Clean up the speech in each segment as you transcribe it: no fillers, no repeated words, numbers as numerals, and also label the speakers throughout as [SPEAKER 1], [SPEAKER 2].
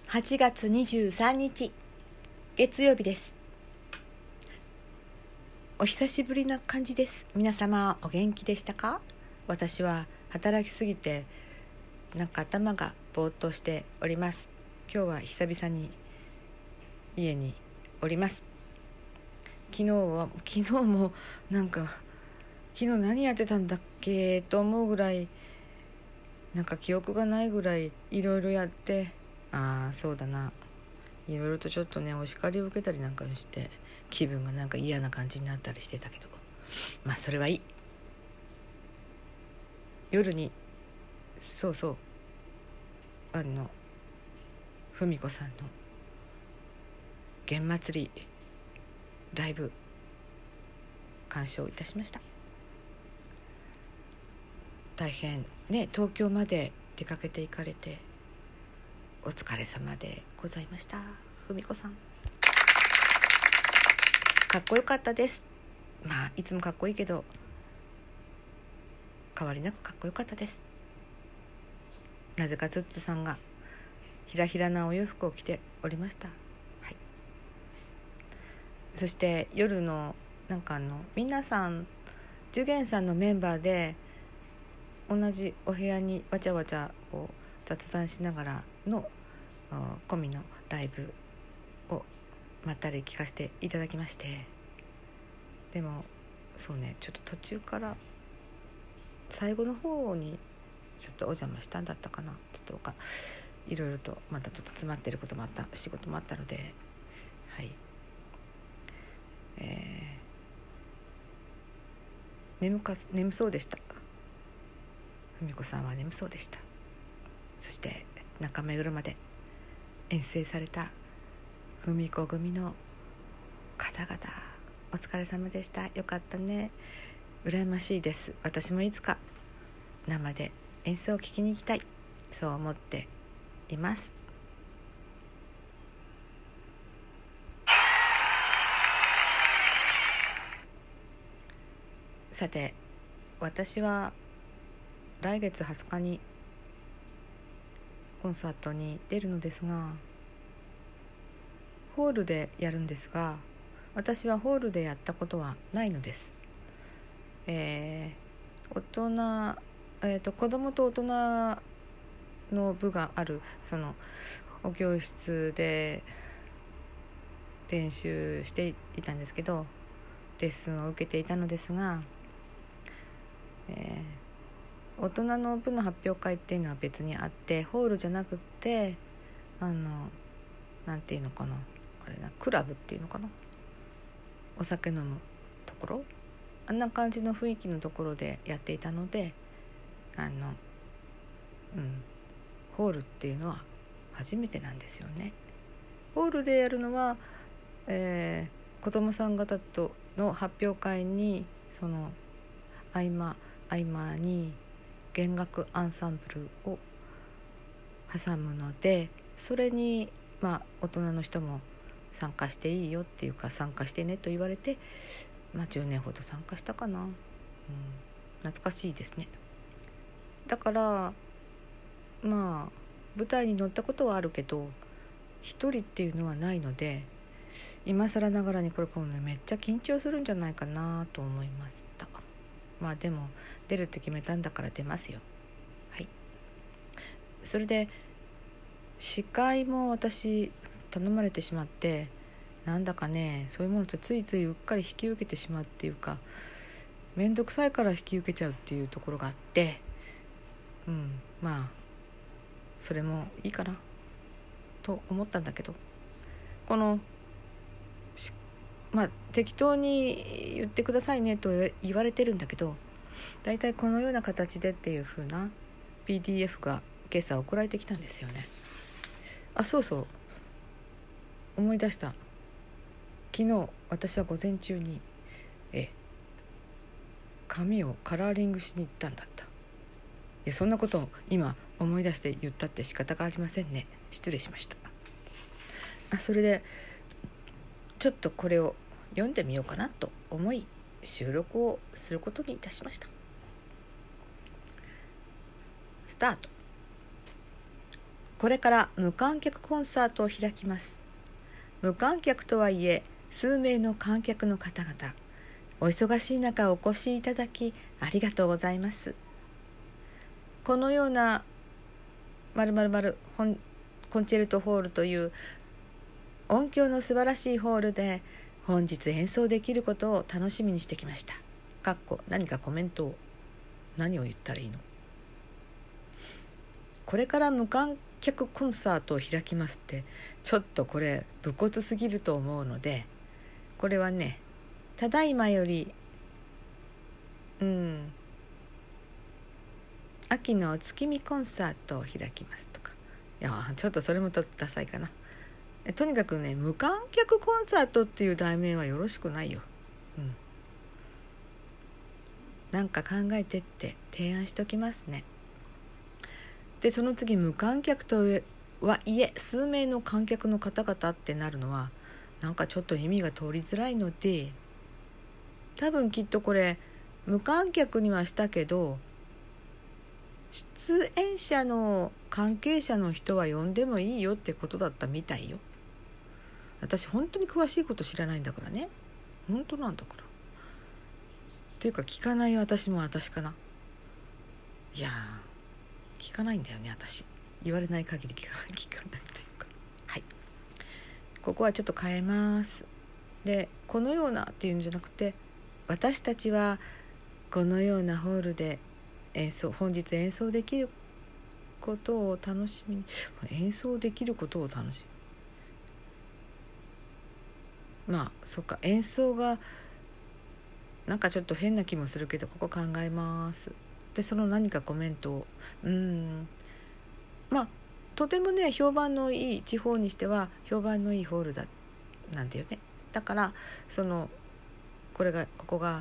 [SPEAKER 1] 8月23日月曜日です。お久しぶりな感じです。皆様お元気でしたか？私は働きすぎてなんか頭がぼーっとしております。今日は久々に家におります。昨日もなんか昨日何やってたんだっけと思うぐらい、なんか記憶がないぐらいいろいろやって、そうだな、いろいろとちょっとねお叱りを受けたりなんかして気分がなんか嫌な感じになったりしてたけど、それはいい。夜に文子さんの玄祭りライブ鑑賞いたしました。大変ね、東京まで出かけて行かれてお疲れ様でございました。文子さんかっこよかったです。いつもかっこいいけど変わりなくかっこよかったです。なぜかツッツさんがひらひらなお洋服を着ておりました。はい。そして夜の皆さんジュゲンさんのメンバーで同じお部屋にわちゃわちゃこう雑談しながらの込みのライブをまったり聞かせていただきまして、でもそうね、ちょっと途中から最後の方にちょっとお邪魔したんだったかな、ちょっといろいろとまたちょっと詰まってることもあった、仕事もあったので、はい、眠そうでした。文子さんは眠そうでした。そして中目黒まで遠征された文子組の方々、お疲れ様でした。よかったね、羨ましいです。私もいつか生で演奏を聴きに行きたい、そう思っています。さて、私は来月20日にコンサートに出るのですが、ホールでやるんですが、私はホールでやったことはないのです。大人、子供と大人の部があるそのお教室で練習していたんですけど、レッスンを受けていたのですが、大人の部の発表会っていうのは別にあって、ホールじゃなくってなんていうのかな、クラブっていうのかな、お酒飲むところ、あんな感じの雰囲気のところでやっていたので、ホールっていうのは初めてなんですよね。ホールでやるのは、子どもさん方との発表会にその合間に弦楽アンサンブルを挟むので、それに大人の人も参加していいよっていうか、参加してねと言われて、10年ほど参加したかな、懐かしいですね。だから舞台に乗ったことはあるけど一人っていうのはないので、今更ながらにこれめっちゃ緊張するんじゃないかなと思いました。でも出るって決めたんだから出ますよ。はい。それで司会も私頼まれてしまって、なんだかね、そういうものってついついうっかり引き受けてしまうっていうか、めんどくさいから引き受けちゃうっていうところがあって、それもいいかなと思ったんだけど、適当に言ってくださいねと言われてるんだけど、だいたいこのような形でっていう風な PDF が今朝送られてきたんですよね。そうそう、思い出した。昨日私は午前中に髪をカラーリングしに行ったんだった。そんなことを今思い出して言ったって仕方がありませんね。失礼しました。それでちょっとこれを読んでみようかなと思い収録をすることにいたしました。スタート。 これから無観客コンサートを開きます。無観客とはいえ数名の観客の方々、お忙しい中お越しいただきありがとうございます。このような〇〇〇コンチェルトホールという音響の素晴らしいホールで本日演奏できることを楽しみにしてきました。何かコメントを、何を言ったらいいの。これから無観客コンサートを開きますって、ちょっとこれ武骨すぎると思うので、これはね、ただいまより秋のお月見コンサートを開きますとか、いやちょっとそれもダサいかな。とにかくね、無観客コンサートっていう題名はよろしくないよ。なんか考えてって提案しときますね。でその次、無観客とはいえ数名の観客の方々ってなるのはなんかちょっと意味が通りづらいので、多分きっとこれ無観客にはしたけど出演者の関係者の人は呼んでもいいよってことだったみたいよ。私本当に詳しいこと知らないんだからね。本当なんだから。っていうか聞かない私も私かな。いや聞かないんだよね私。言われない限り聞かないというか。はい。ここはちょっと変えます。でこのようなっていうんじゃなくて、私たちはこのようなホールで本日演奏できることを楽しみに、演奏できることを楽しみ、そっか、演奏がなんかちょっと変な気もするけど、ここ考えます。でその何かコメントをとてもね評判のいい、地方にしては評判のいいホールだなんていうね。だからここが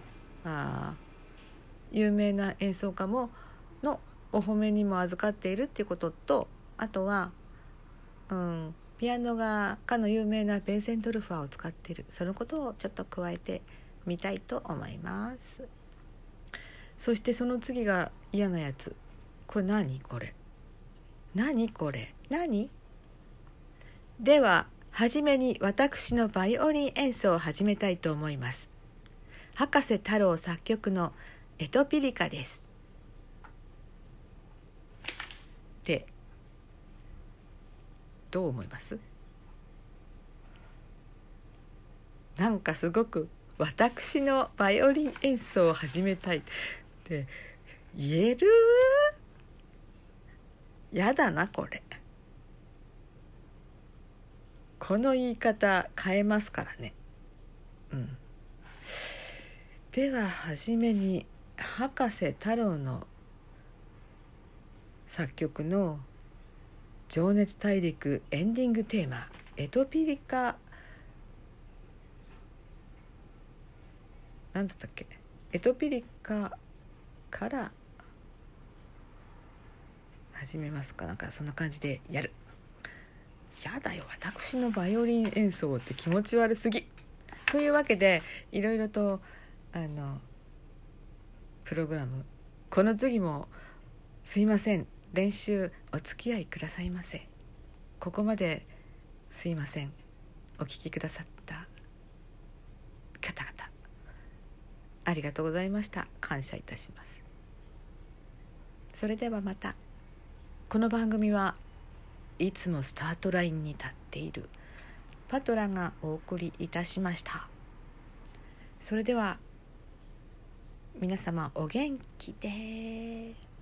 [SPEAKER 1] 有名な演奏家のお褒めにも預かっているっていうことと、あとはピアノがかの有名なベンセントルファーを使っている、そのことをちょっと加えてみたいと思います。そしてその次が嫌なやつ。これ何では初めに私のバイオリン演奏を始めたいと思います。葉加瀬太郎作曲のエトピリカです。ってどう思います？なんかすごく私のバイオリン演奏を始めたいって言える？やだなこれ。この言い方変えますからね。では初めに葉加瀬太郎の作曲の情熱大陸エンディングテーマエトピリカ、なんだったっけ、エトピリカから始めますか、なんかそんな感じでやる。やだよ、私のバイオリン演奏って気持ち悪すぎ。というわけでいろいろとプログラム、この次もすいません、練習お付き合いくださいませ。ここまですいません、お聞きくださった方々ありがとうございました。感謝いたします。それではまた。この番組はいつもスタートラインに立っているパトラがお送りいたしました。それでは皆様お元気で。